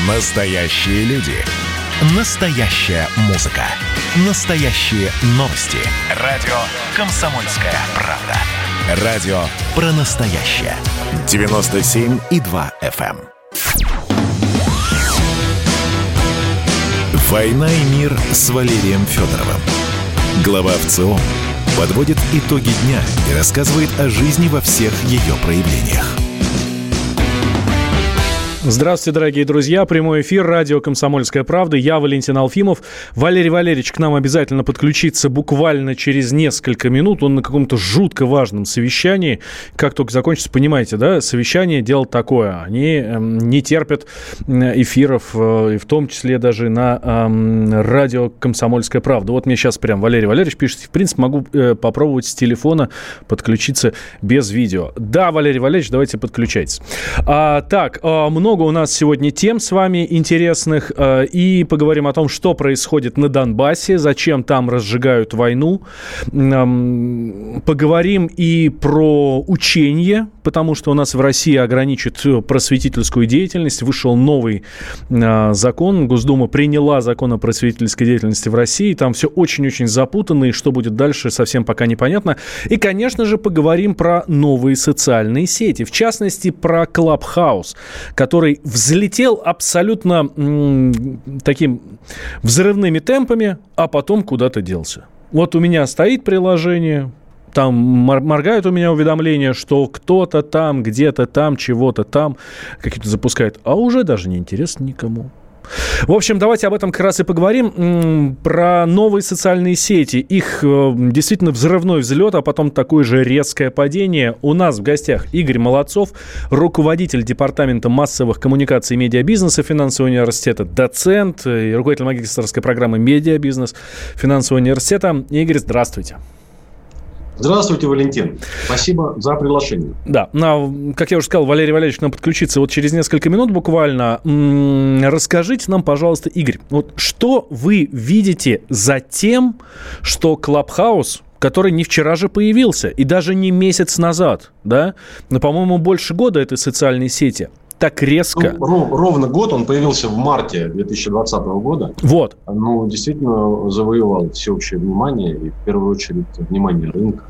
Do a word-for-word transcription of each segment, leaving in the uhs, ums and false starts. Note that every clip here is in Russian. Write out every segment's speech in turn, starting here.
Настоящие люди. Настоящая музыка. Настоящие новости. Радио «Комсомольская правда». Радио про настоящее. девяносто семь и два эф эм. «Война и мир» с Валерием Федоровым. Глава ВЦИОМ подводит итоги дня и рассказывает о жизни во всех ее проявлениях. Здравствуйте, дорогие друзья. Прямой эфир, радио «Комсомольская правда». Я Валентин Алфимов. Валерий Валерьевич к нам обязательно подключится буквально через несколько минут. Он на каком-то жутко важном совещании. Как только закончится, понимаете, да, совещание – дело такое. Они э, не терпят эфиров, э, и в том числе даже на э, радио «Комсомольская правда». Вот мне сейчас прям Валерий Валерьевич пишет, в принципе, могу э, попробовать с телефона подключиться без видео. Да, Валерий Валерьевич, давайте подключайтесь. А, так, э, много у нас сегодня тем с вами интересных, э, и поговорим о том, что происходит на Донбассе, зачем там разжигают войну. Эм, поговорим и про учение, потому что у нас в России ограничат просветительскую деятельность. Вышел новый э, закон, Госдума приняла закон о просветительской деятельности в России. Там все очень-очень запутанно, и что будет дальше, совсем пока непонятно. И, конечно же, поговорим про новые социальные сети, в частности, про Clubhouse, который взлетел абсолютно м, таким взрывными темпами, а потом куда-то делся. Вот у меня стоит приложение, там моргают у меня уведомления, что кто-то там, где-то там, чего-то там какие-то запускает, а уже даже не интересно никому. В общем, давайте об этом как раз и поговорим. Про новые социальные сети. Их действительно взрывной взлет, а потом такое же резкое падение. У нас в гостях Игорь Молодцов, руководитель департамента массовых коммуникаций и медиабизнеса финансового университета, доцент и руководитель магистерской программы медиабизнес финансового университета. Игорь, здравствуйте. Здравствуйте, Валентин. Спасибо за приглашение. Да, ну, как я уже сказал, Валерий Валерьевич к нам подключится вот через несколько минут буквально. М-м, расскажите нам, пожалуйста, Игорь, вот что вы видите за тем, что Clubhouse, который не вчера же появился, и даже не месяц назад, да, но, по-моему, больше года этой социальной сети, так резко. Ну, ровно год, он появился в марте две тысячи двадцатого года. Вот. Ну, действительно завоевал всеобщее внимание, и в первую очередь внимание рынка,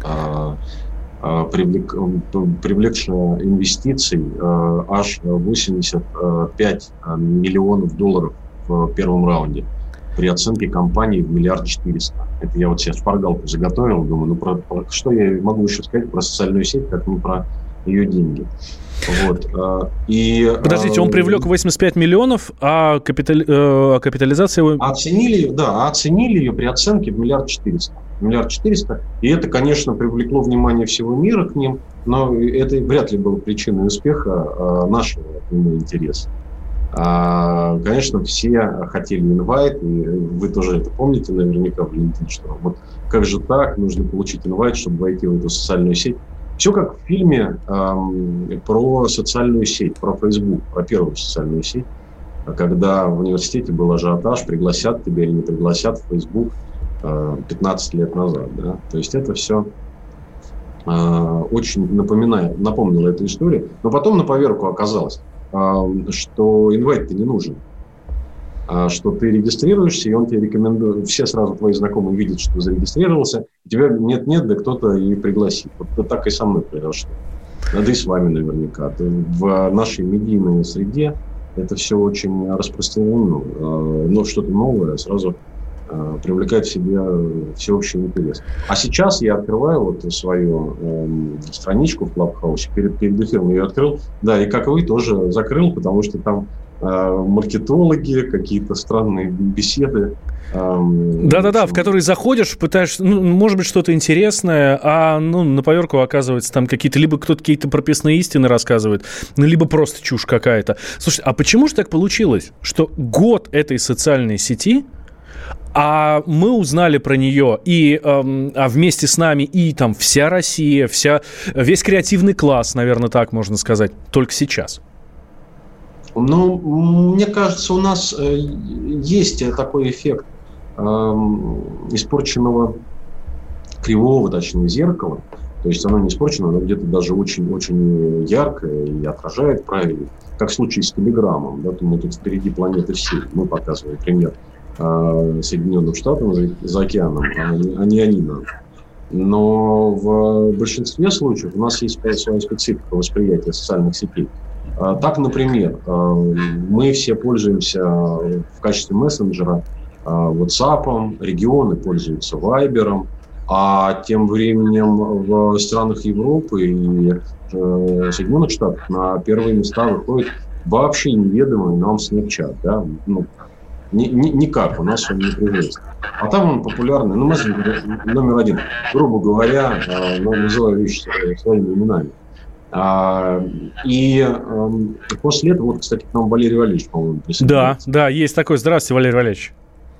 а, а, привлек, привлекшего инвестиций а, аж восемьдесят пять миллионов долларов в первом раунде при оценке компании в миллиард четыреста. Это я вот себе шпаргалку заготовил, думаю, ну про, про, что я могу еще сказать про социальную сеть, как не про ее деньги. Вот. И, Подождите, он привлек восемьдесят пять миллионов, а капитали... э, капитализация его... Оценили, да, оценили ее при оценке в миллиард четыреста. Миллиард четыреста. И это, конечно, привлекло внимание всего мира к ним, но это вряд ли было причиной успеха а, нашего интереса. А, конечно, все хотели инвайт, и вы тоже это помните наверняка, Валентин, что вот как же так, нужно получить инвайт, чтобы войти в эту социальную сеть. Все как в фильме э, про социальную сеть, про Facebook, про первую социальную сеть, когда в университете был ажиотаж, пригласят тебя или не пригласят в Facebook э, пятнадцать лет назад. Да? То есть это все э, очень напоминает, напомнило эту историю. Но потом на поверку оказалось, э, что инвайт-то не нужен. Что ты регистрируешься, и он тебе рекомендует, все сразу твои знакомые видят, что ты зарегистрировался, и тебя нет-нет, да кто-то и пригласит. Вот так и со мной произошло. Да и с вами наверняка. В нашей медийной среде это все очень распространено, но что-то новое сразу привлекает в себя всеобщий интерес. А сейчас я открываю вот свою э, страничку в Clubhouse, перед, перед эфиром я ее открыл, да, и как вы тоже закрыл, потому что там маркетологи, какие-то странные беседы. Да-да-да, в которые заходишь, пытаешься, ну, может быть, что-то интересное, а ну, на поверку оказывается там какие-то, либо кто-то какие-то прописные истины рассказывает, ну, либо просто чушь какая-то. Слушайте, а почему же так получилось, что год этой социальной сети, а мы узнали про нее, и эм, а вместе с нами и там вся Россия, вся, весь креативный класс, наверное, так можно сказать, только сейчас? Ну, мне кажется, у нас э, есть такой эффект э, испорченного кривого, точнее, зеркала. То есть оно не испорчено, оно где-то даже очень-очень яркое и отражает правильно. Как в случае с Телеграмом. Да, то мы тут впереди планеты всей. Мы показываем пример Соединенным Штатам за океаном, а не они нам. Но в большинстве случаев у нас есть своя специфика восприятия социальных сетей. Так, например, мы все пользуемся в качестве мессенджера WhatsApp, регионы пользуются Viber, а тем временем в странах Европы и Соединенных Штатов на первые места выходит вообще неведомый нам Snapchat. Да? Ну, ни, ни, никак, у нас он не приветствует. А там он популярный, ну, мессенджер номер один, грубо говоря, называю вещи своими именами. И после этого, вот, кстати, к нам Валерий Валерьевич, по-моему, присоединяется. Да, да, есть такой. Здравствуйте, Валерий Валерьевич.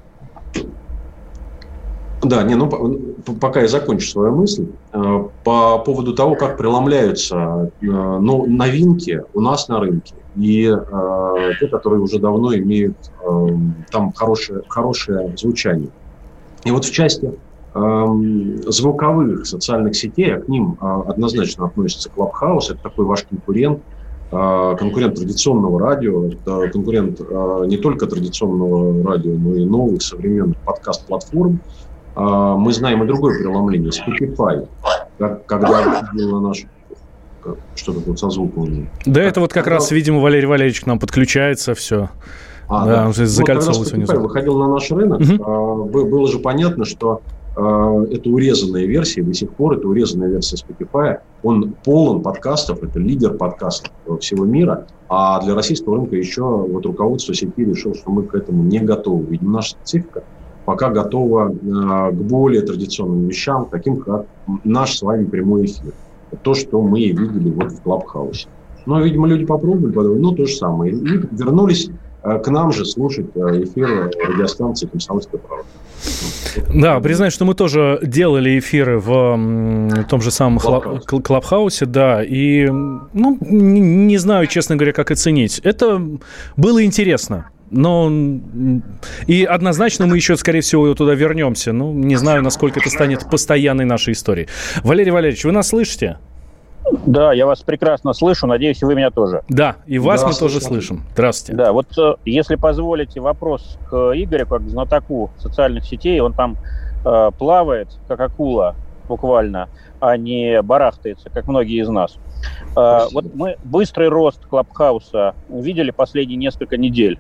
Да, не, ну, пока я закончу свою мысль. По поводу того, как преломляются ну, новинки у нас на рынке. И э, те, которые уже давно имеют э, там хорошее, хорошее звучание. И вот в части э, звуковых социальных сетей, а к ним э, однозначно относится Clubhouse, это такой ваш конкурент, э, конкурент традиционного радио, это конкурент э, не только традиционного радио, но и новых современных подкаст-платформ. Э, мы знаем и другое преломление, Spotify, когда на наш... Что-то тут со звуком. Да, это вот как когда... раз, видимо, Валерий Валерьевич к нам подключается, все. А, да, да. Уже закольцовывается. Вот, когда Spotify выходил на наш рынок, угу. было же понятно, что это урезанная версия, до сих пор это урезанная версия Spotify, он полон подкастов, это лидер подкастов всего мира, а для российского рынка еще вот руководство сети решило, что мы к этому не готовы. Ведь наша специфика пока готова к более традиционным вещам, таким как наш с вами прямой эфир. То, что мы видели вот в Клабхаусе. Но, видимо, люди попробовали, подумали, ну, то же самое. И вернулись к нам же слушать эфиры радиостанции «Комсомольская правда». Да, признаюсь, что мы тоже делали эфиры в том же самом Клабхаусе, Клабхаусе, да, и, ну, не знаю, честно говоря, как оценить. Это было интересно. Но и однозначно мы еще, скорее всего, туда вернемся. Ну, не знаю, насколько это станет постоянной нашей историей. Валерий Валерьевич, вы нас слышите? Да, я вас прекрасно слышу. Надеюсь, и вы меня тоже. Да, и вас да, мы слышно. тоже слышим. Здравствуйте. Да, вот если позволите вопрос к Игорю, как к знатоку социальных сетей. Он там э, плавает, как акула, буквально, а не барахтается, как многие из нас. Э, вот мы быстрый рост Клабхауса видели последние несколько недель.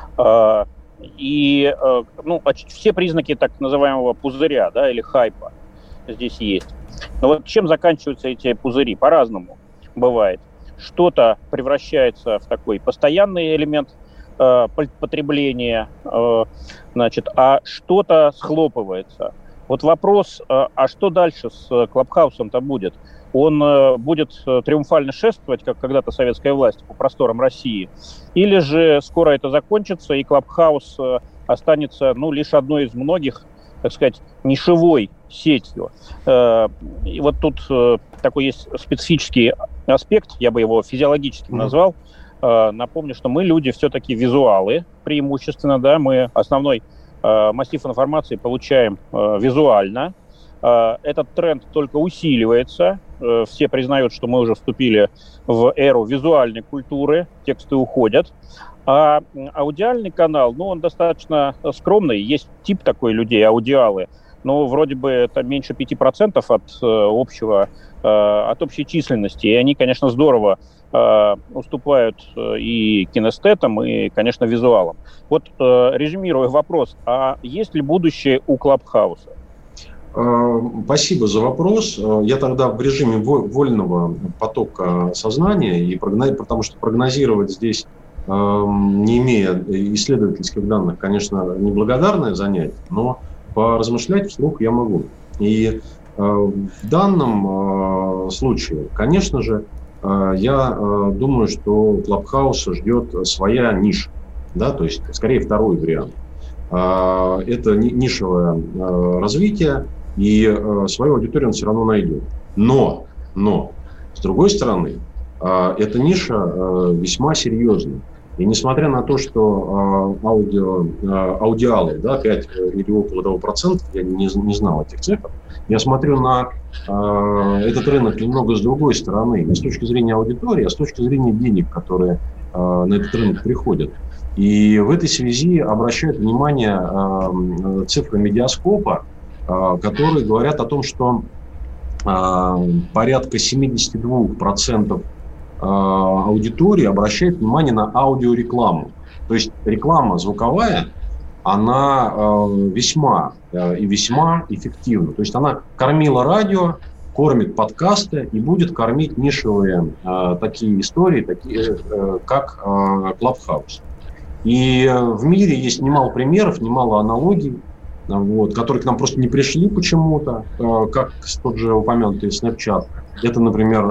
И ну, все признаки так называемого пузыря, да, или хайпа здесь есть. Но вот чем заканчиваются эти пузыри? По-разному бывает. Что-то превращается в такой постоянный элемент э, потребления, э, значит, а что-то схлопывается. Вот вопрос, э, а что дальше с Клабхаусом-то будет? Он э, будет триумфально шествовать, как когда-то советская власть, по просторам России? Или же скоро это закончится, и Клабхаус э, останется, ну, лишь одной из многих, так сказать, нишевой сетью? Э, и вот тут э, такой есть специфический аспект, я бы его физиологическим назвал. Э, напомню, что мы люди все-таки визуалы преимущественно, да, мы основной э, массив информации получаем э, визуально. Этот тренд только усиливается. Все признают, что мы уже вступили в эру визуальной культуры, тексты уходят. А аудиальный канал, ну, он достаточно скромный. Есть тип такой людей, аудиалы. Но вроде бы это меньше пяти процентов от общего, от общей численности. И они, конечно, здорово уступают и кинестетам, и, конечно, визуалам. Вот, резюмируя вопрос, а есть ли будущее у Клабхауса? Спасибо за вопрос. Я тогда в режиме вольного потока сознания, и прогноз... потому что прогнозировать здесь, не имея исследовательских данных, конечно, неблагодарное занятие, но поразмышлять вслух я могу. И в данном случае, конечно же, я думаю, что Клабхауса ждет своя ниша, да, то есть, скорее, второй вариант. Это нишевое развитие, и э, свою аудиторию он все равно найдет. Но, но, с другой стороны, э, эта ниша э, весьма серьезная. И несмотря на то, что э, аудио, э, аудиалы, да, пять или около того процентов, я не, не знал этих цифр, я смотрю на э, этот рынок немного с другой стороны, не с точки зрения аудитории, а с точки зрения денег, которые э, на этот рынок приходят. И в этой связи обращают внимание э, цифры Медиаскопа, э, которые говорят о том, что э, порядка семьдесят два процента аудитории обращает внимание на аудиорекламу. То есть реклама звуковая, она э, весьма э, и весьма эффективна. То есть она кормила радио, кормит подкасты и будет кормить нишевые э, такие истории, такие, э, как э, Clubhouse. И в мире есть немало примеров, немало аналогий, вот, которые к нам просто не пришли почему-то, э, как тот же упомянутый Snapchat. Это, например,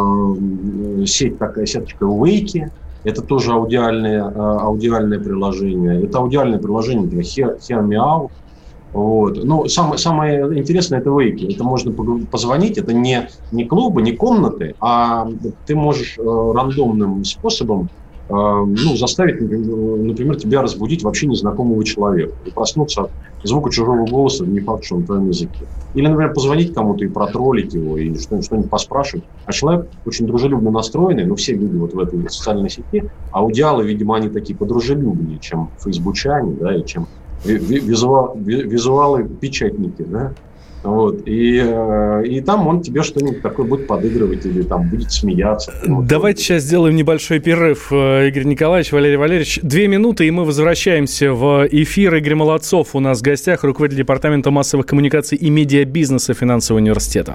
э, сеть такая, сеточка Wake. Это тоже аудиальное, э, аудиальное приложение. Это аудиальное приложение для Hear, Hear Me Out. Вот. Ну, самое, самое интересное – это Wake. Это можно позвонить. Это не, не клубы, не комнаты, а ты можешь э, рандомным способом э, ну, заставить, например, тебя разбудить вообще незнакомого человека. И проснуться от звука чужого голоса, не факт, что он в твоем языке. Или, например, позвонить кому-то и протроллить его, и что-нибудь, что-нибудь поспрашивать. А человек очень дружелюбно настроенный, ну, все люди вот в этой социальной сети, аудиалы, видимо, они такие подружелюбнее, чем фейсбучане, да, и чем визуал, визуалы печатники, да. Вот. И, и там он тебе что-нибудь такое будет подыгрывать или там будет смеяться. Давайте сейчас сделаем небольшой перерыв, Игорь Николаевич, Валерий Валерьевич. Две минуты, и мы возвращаемся в эфир. Игорь Молодцов у нас в гостях, руководитель департамента массовых коммуникаций и медиабизнеса финансового университета.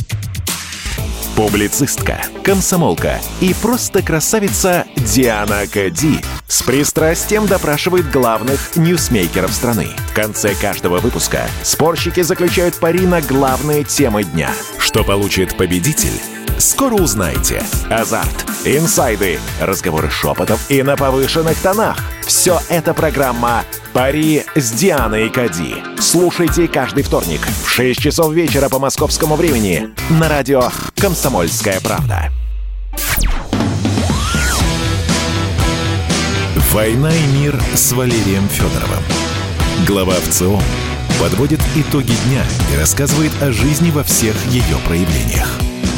Публицистка, комсомолка и просто красавица Диана Кади с пристрастием допрашивает главных ньюсмейкеров страны. В конце каждого выпуска спорщики заключают пари на главные темы дня. Что получит победитель? Скоро узнаете. Азарт, инсайды, разговоры шепотов и на повышенных тонах. Все это программа «Пари с Дианой Кади». Слушайте каждый вторник в шесть часов вечера по московскому времени на радио «Комсомольская правда». «Война и мир» с Валерием Федоровым. Глава ВЦИОМ подводит итоги дня и рассказывает о жизни во всех ее проявлениях.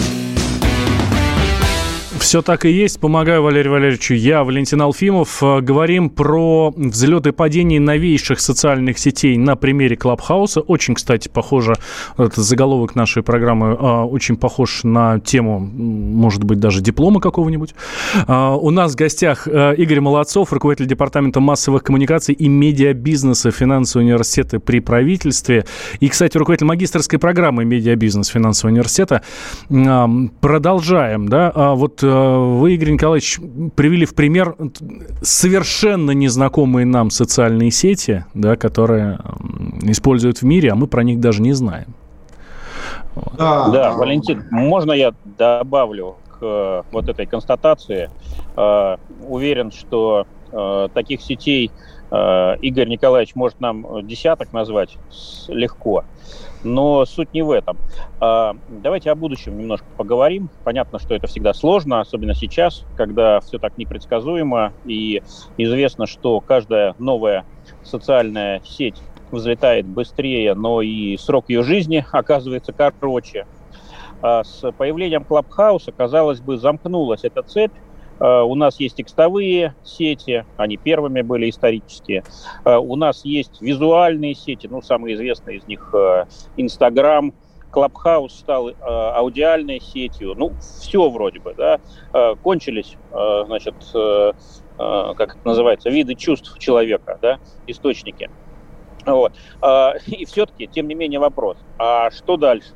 Все так и есть. Помогаю Валерию Валерьевичу. Я, Валентин Алфимов. Говорим про взлет и падение новейших социальных сетей на примере Клабхауса. Очень, кстати, похоже, этот заголовок нашей программы очень похож на тему, может быть, даже диплома какого-нибудь. У нас в гостях Игорь Молодцов, руководитель департамента массовых коммуникаций и медиабизнеса финансового университета при правительстве. И, кстати, руководитель магистерской программы медиабизнес финансового университета. Продолжаем, да. Вот вы, Игорь Николаевич, привели в пример совершенно незнакомые нам социальные сети, да, которые используют в мире, а мы про них даже не знаем. Да, да, Валентин, можно я добавлю к вот этой констатации? Уверен, что таких сетей Игорь Николаевич может нам десяток назвать легко. Но суть не в этом. Давайте о будущем немножко поговорим. Понятно, что это всегда сложно, особенно сейчас, когда все так непредсказуемо, и известно, что каждая новая социальная сеть взлетает быстрее, но и срок ее жизни оказывается короче. С появлением Клабхауса, казалось бы, замкнулась эта цепь. У нас есть текстовые сети, они первыми были исторические. У нас есть визуальные сети, ну, самые известные из них Инстаграм. Клабхаус стал аудиальной сетью. Ну, все вроде бы, да. Кончились, значит, как это называется, виды чувств человека, да, источники. Вот. И все-таки, тем не менее, вопрос, а что дальше?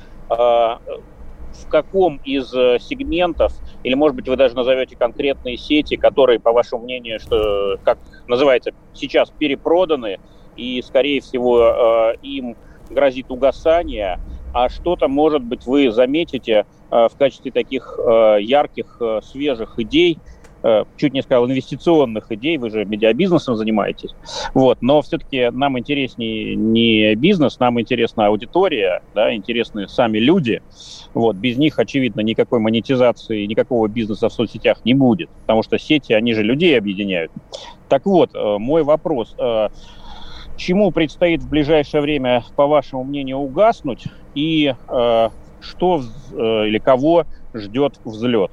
В каком из сегментов, или, может быть, вы даже назовете конкретные сети, которые, по вашему мнению, что, как называется, сейчас перепроданы, и, скорее всего, им грозит угасание, а что-то, может быть, вы заметите в качестве таких ярких, свежих идей, чуть не сказал, инвестиционных идей, вы же медиабизнесом занимаетесь, вот, но все-таки нам интереснее не бизнес, нам интересна аудитория, да, интересны сами люди, вот, без них, очевидно, никакой монетизации, никакого бизнеса в соцсетях не будет, потому что сети, они же людей объединяют. Так вот, мой вопрос, чему предстоит в ближайшее время, по вашему мнению, угаснуть, и что или кого ждет взлет?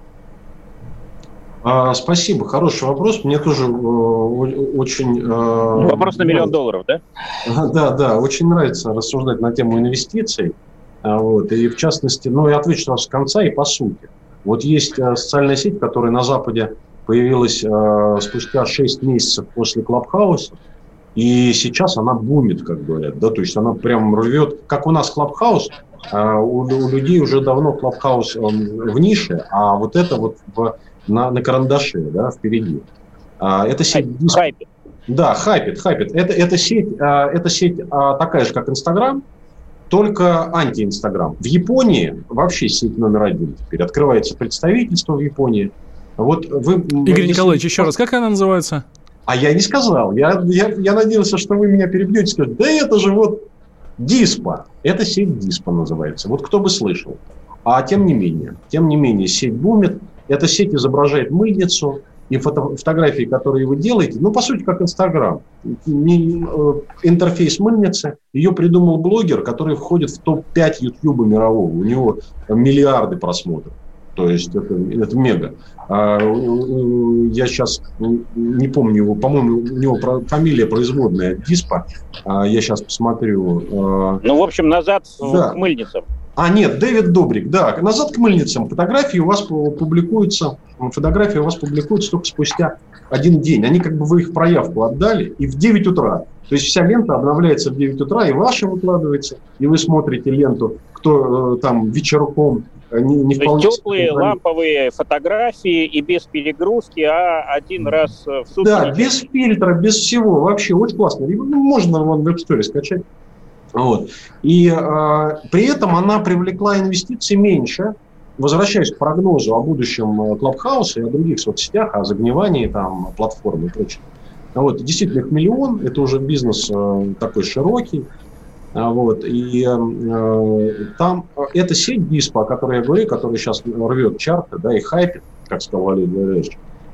А, спасибо, хороший вопрос. Мне тоже э, очень... Э, вопрос на миллион долларов, да? Да, да, очень нравится рассуждать на тему инвестиций. Вот, и в частности, ну, я отвечу сразу с конца и по сути. Вот есть э, социальная сеть, которая на Западе появилась э, спустя шесть месяцев после Клабхауса, и сейчас она бумит, как говорят, да, то есть она прям рвет, как у нас Клабхаус, э, у, у людей уже давно Клабхаус э, в нише, а вот это вот в На, на карандаше, да, впереди. А, это сеть... Хайпит. Да, хайпит, хайпит. Это, это сеть, а, это сеть а, такая же, как Инстаграм, только анти-Инстаграм. В Японии вообще сеть номер один теперь. Открывается представительство в Японии. Вот вы, Игорь если... Николаевич, еще раз, как она называется? А я не сказал. Я, я, я надеялся, что вы меня перебьете и скажете, да это же вот Диспа. Это сеть Диспа называется. Вот кто бы слышал. А тем не менее, тем не менее, сеть бумит. Эта сеть изображает мыльницу, и фото, фотографии, которые вы делаете, ну, по сути, как Инстаграм. Интерфейс мыльницы, ее придумал блогер, который входит в топ пять Ютьюба мирового. У него миллиарды просмотров. То есть это, это мега. Я сейчас не помню его, по-моему, у него фамилия производная Диспа. Я сейчас посмотрю. Ну, в общем, назад да. к мыльницам. А, нет, Дэвид Добрик, да. Назад к мыльницам. Фотографии у вас публикуются, фотографии у вас публикуются только спустя один день. Они как бы вы их проявку отдали, и в девять утра. То есть вся лента обновляется в девять утра, и ваша выкладывается, и вы смотрите ленту, кто э, там вечерком не, не То вполне... есть теплые ламповые фотографии и без перегрузки, а один раз в сутки. Да, без фильтра, без всего. Вообще очень классно. И, ну, можно вон в App Store скачать. Вот. И э, при этом она привлекла инвестиций меньше. Возвращаясь к прогнозу о будущем Клабхауса и о других соцсетях, о загнивании там, платформ и прочее. Вот. Действительно, их миллион, это уже бизнес э, такой широкий. Вот. И э, там эта сеть Диспа, о которой я говорю, которая сейчас рвет чарты, да, и хайпит, как сказал Валерий Валерьевич,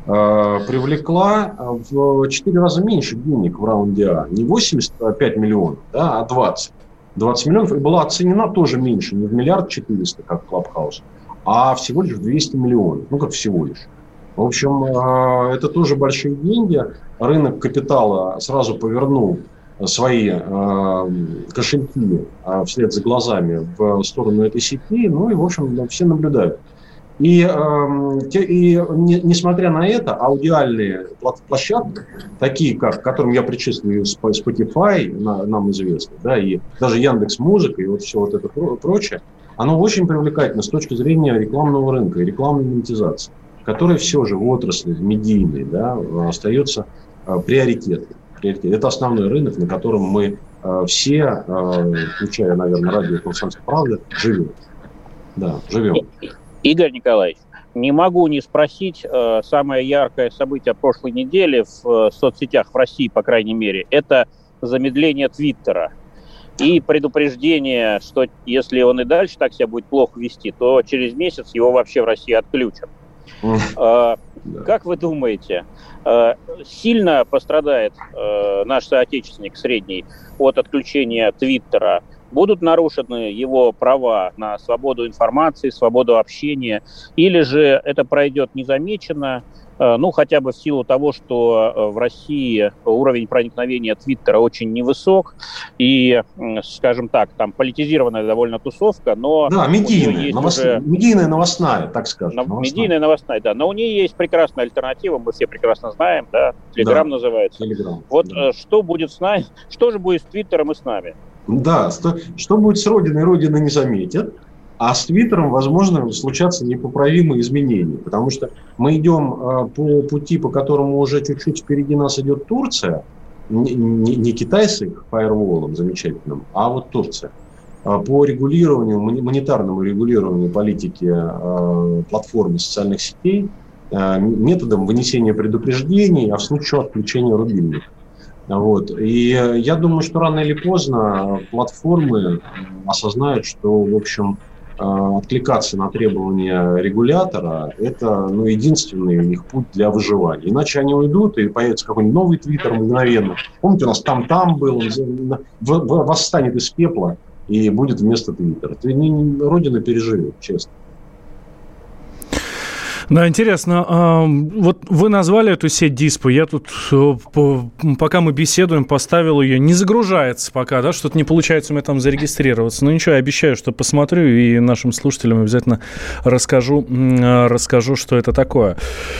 э, привлекла в четыре раза меньше денег в раунде А. Не восемьдесят пять миллионов, да, а двадцать. двадцать миллионов. И была оценена тоже меньше, не в миллиард четыреста, как Клабхаус, а всего лишь в двести миллионов. Ну, как всего лишь. В общем, э, это тоже большие деньги. Рынок капитала сразу повернул свои э, кошельки э, вслед за глазами в сторону этой сети, ну и, в общем, все наблюдают. И, э, те, и не, несмотря на это, аудиальные площадки, такие как, к которым я причислю Spotify, на, нам известно, да, и даже Яндекс.Музыка, и вот все вот это прочее, оно очень привлекательно с точки зрения рекламного рынка и рекламной монетизации, которая все же в отрасли медийной, да, остается э, приоритетной. Это основной рынок, на котором мы э, все, э, включая, наверное, радио «Комсомольская правда», живем. Да, живем. Игорь Николаевич, не могу не спросить, э, самое яркое событие прошлой недели в э, соцсетях в России, по крайней мере, это замедление Твиттера и предупреждение, что если он и дальше так себя будет плохо вести, то через месяц его вообще в России отключат. Э, как вы думаете, сильно пострадает э, наш соотечественник средний от отключения Твиттера? Будут нарушены его права на свободу информации, свободу общения? Или же это пройдет незамеченно, э, ну, хотя бы в силу того, что э, в России уровень проникновения Твиттера очень невысок, и, э, скажем так, там политизированная довольно тусовка, но... Да, медийная, новос... уже... медийная новостная, так скажем. Новостная. Медийная новостная, да. Но у нее есть прекрасная альтернатива, мы все прекрасно знаем, да, Телеграм да. называется. Telegram, вот да. что будет с нами, что же будет с Твиттером и с нами? Да, что, что будет с Родиной, Родина не заметит, а с Твиттером, возможно, случатся непоправимые изменения, потому что мы идем э, по пути, по которому уже чуть-чуть впереди нас идет Турция, не, не, не Китай с их фаерволом замечательным, а вот Турция. По регулированию, монетарному регулированию политики э, платформ социальных сетей, методом вынесения предупреждений, а в случае отключения рубильника. Вот. И я думаю, что рано или поздно платформы осознают, что, в общем, откликаться на требования регулятора – это, ну, единственный у них путь для выживания. Иначе они уйдут, и появится какой-нибудь новый твиттер мгновенно. Помните, у нас там-там был, он восстанет из пепла и будет вместо твиттера. Родина переживет, честно. Да, интересно. Вот вы назвали эту сеть Диспо. Я тут, пока мы беседуем, поставил ее. Не загружается пока, да? Что-то не получается у меня там зарегистрироваться. Но ничего, я обещаю, что посмотрю и нашим слушателям обязательно расскажу, расскажу, что это такое.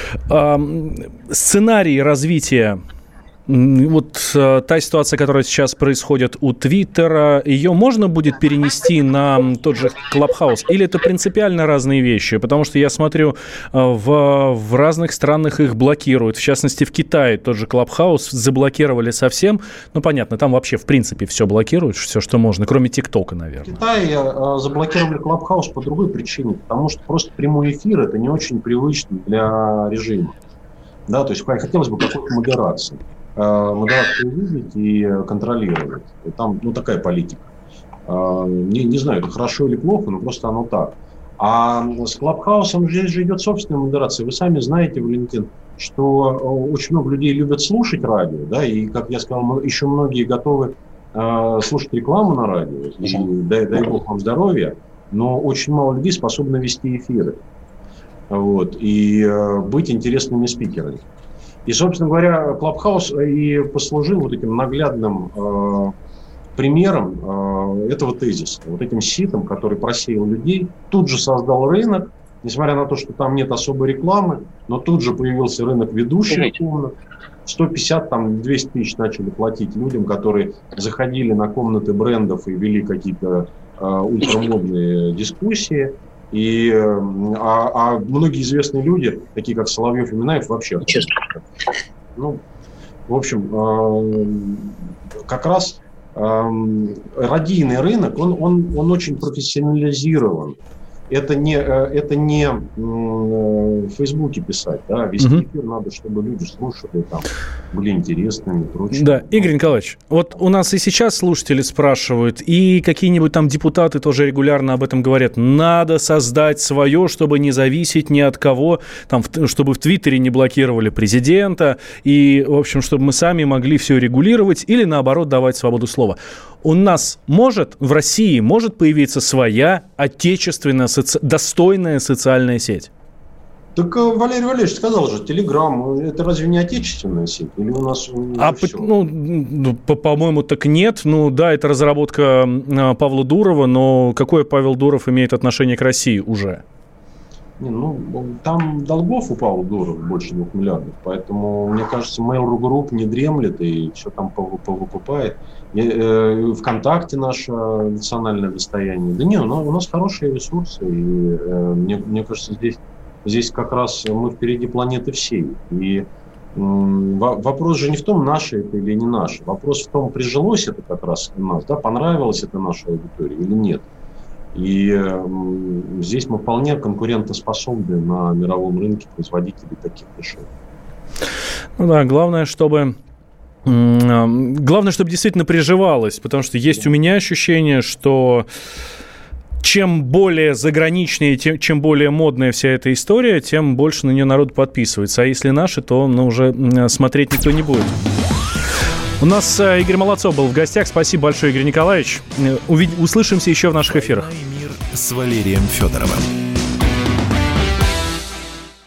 Сценарий развития. Вот э, та ситуация, которая сейчас происходит у Твиттера, ее можно будет перенести на тот же Клабхаус? Или это принципиально разные вещи? Потому что я смотрю, э, в, в разных странах их блокируют. В частности, в Китае тот же Клабхаус заблокировали совсем. Ну, понятно, там вообще, в принципе, все блокируют, все, что можно, кроме ТикТока, наверное. В Китае э, заблокировали Клабхаус по другой причине. Потому что просто прямой эфир – это не очень привычно для режима. Да, то есть хотелось бы какой-то модерации. Модерацию видеть и контролировать. Там, ну, такая политика. Не, не знаю, это хорошо или плохо, но просто оно так. А с Клабхаусом здесь же идет собственная модерация. Вы сами знаете, Валентин, что очень много людей любят слушать радио, да, и, как я сказал, еще многие готовы э, слушать рекламу на радио, и дай, дай бог вам здоровья, но очень мало людей способны вести эфиры, вот, и э, быть интересными спикерами. И, собственно говоря, Клабхаус и послужил вот этим наглядным э, примером э, этого тезиса, вот этим ситом, который просеял людей, тут же создал рынок, несмотря на то, что там нет особой рекламы, но тут же появился рынок ведущих комнат. сто пятьдесят, там, двести тысяч начали платить людям, которые заходили на комнаты брендов и вели какие-то э, ультрамодные дискуссии. И, а, а многие известные люди, такие как Соловьев и Минаев, вообще... Честно. Ну, в общем, э, как раз э, радийный рынок, он, он, он очень профессионализирован. Это не, это не в Фейсбуке писать, да, вести mm-hmm. эфир надо, чтобы люди слушали, там, были интересными и прочее. Да, Игорь Николаевич, вот у нас и сейчас слушатели спрашивают, и какие-нибудь там депутаты тоже регулярно об этом говорят, надо создать свое, чтобы не зависеть ни от кого, там, чтобы в Твиттере не блокировали президента, и, в общем, чтобы мы сами могли все регулировать или, наоборот, давать свободу слова. У нас может, в России может появиться своя отечественная, соци... достойная социальная сеть? Так Валерий Валерьевич сказал же, Телеграм, это разве не отечественная сеть? Или у нас а по, ну, по, по-моему, так нет. Ну да, это разработка Павла Дурова, но какое Павел Дуров имеет отношение к России уже? Не, ну, там долгов у Павла Дурова больше двух миллиардов, поэтому, мне кажется, Mail.ru Group не дремлет и все там повыкупает. ВКонтакте наше национальное достояние. Да не, у нас хорошие ресурсы, и мне, мне кажется, здесь, здесь как раз мы впереди планеты всей. И вопрос же не в том, наше это или не наше. Вопрос в том, прижилось это как раз у нас, да, понравилось это нашей аудитории или нет. И э, здесь мы вполне конкурентоспособны на мировом рынке производителей таких решений. Ну да, главное, чтобы... Главное, чтобы действительно приживалось, потому что есть у меня ощущение, что чем более заграничнее, тем, чем более модная вся эта история, тем больше на нее народ подписывается. А если наши, то ну, уже смотреть никто не будет. У нас Игорь Молодцов был в гостях. Спасибо большое, Игорь Николаевич. Увид... Услышимся еще в наших эфирах. Мир с Валерием Федоровым.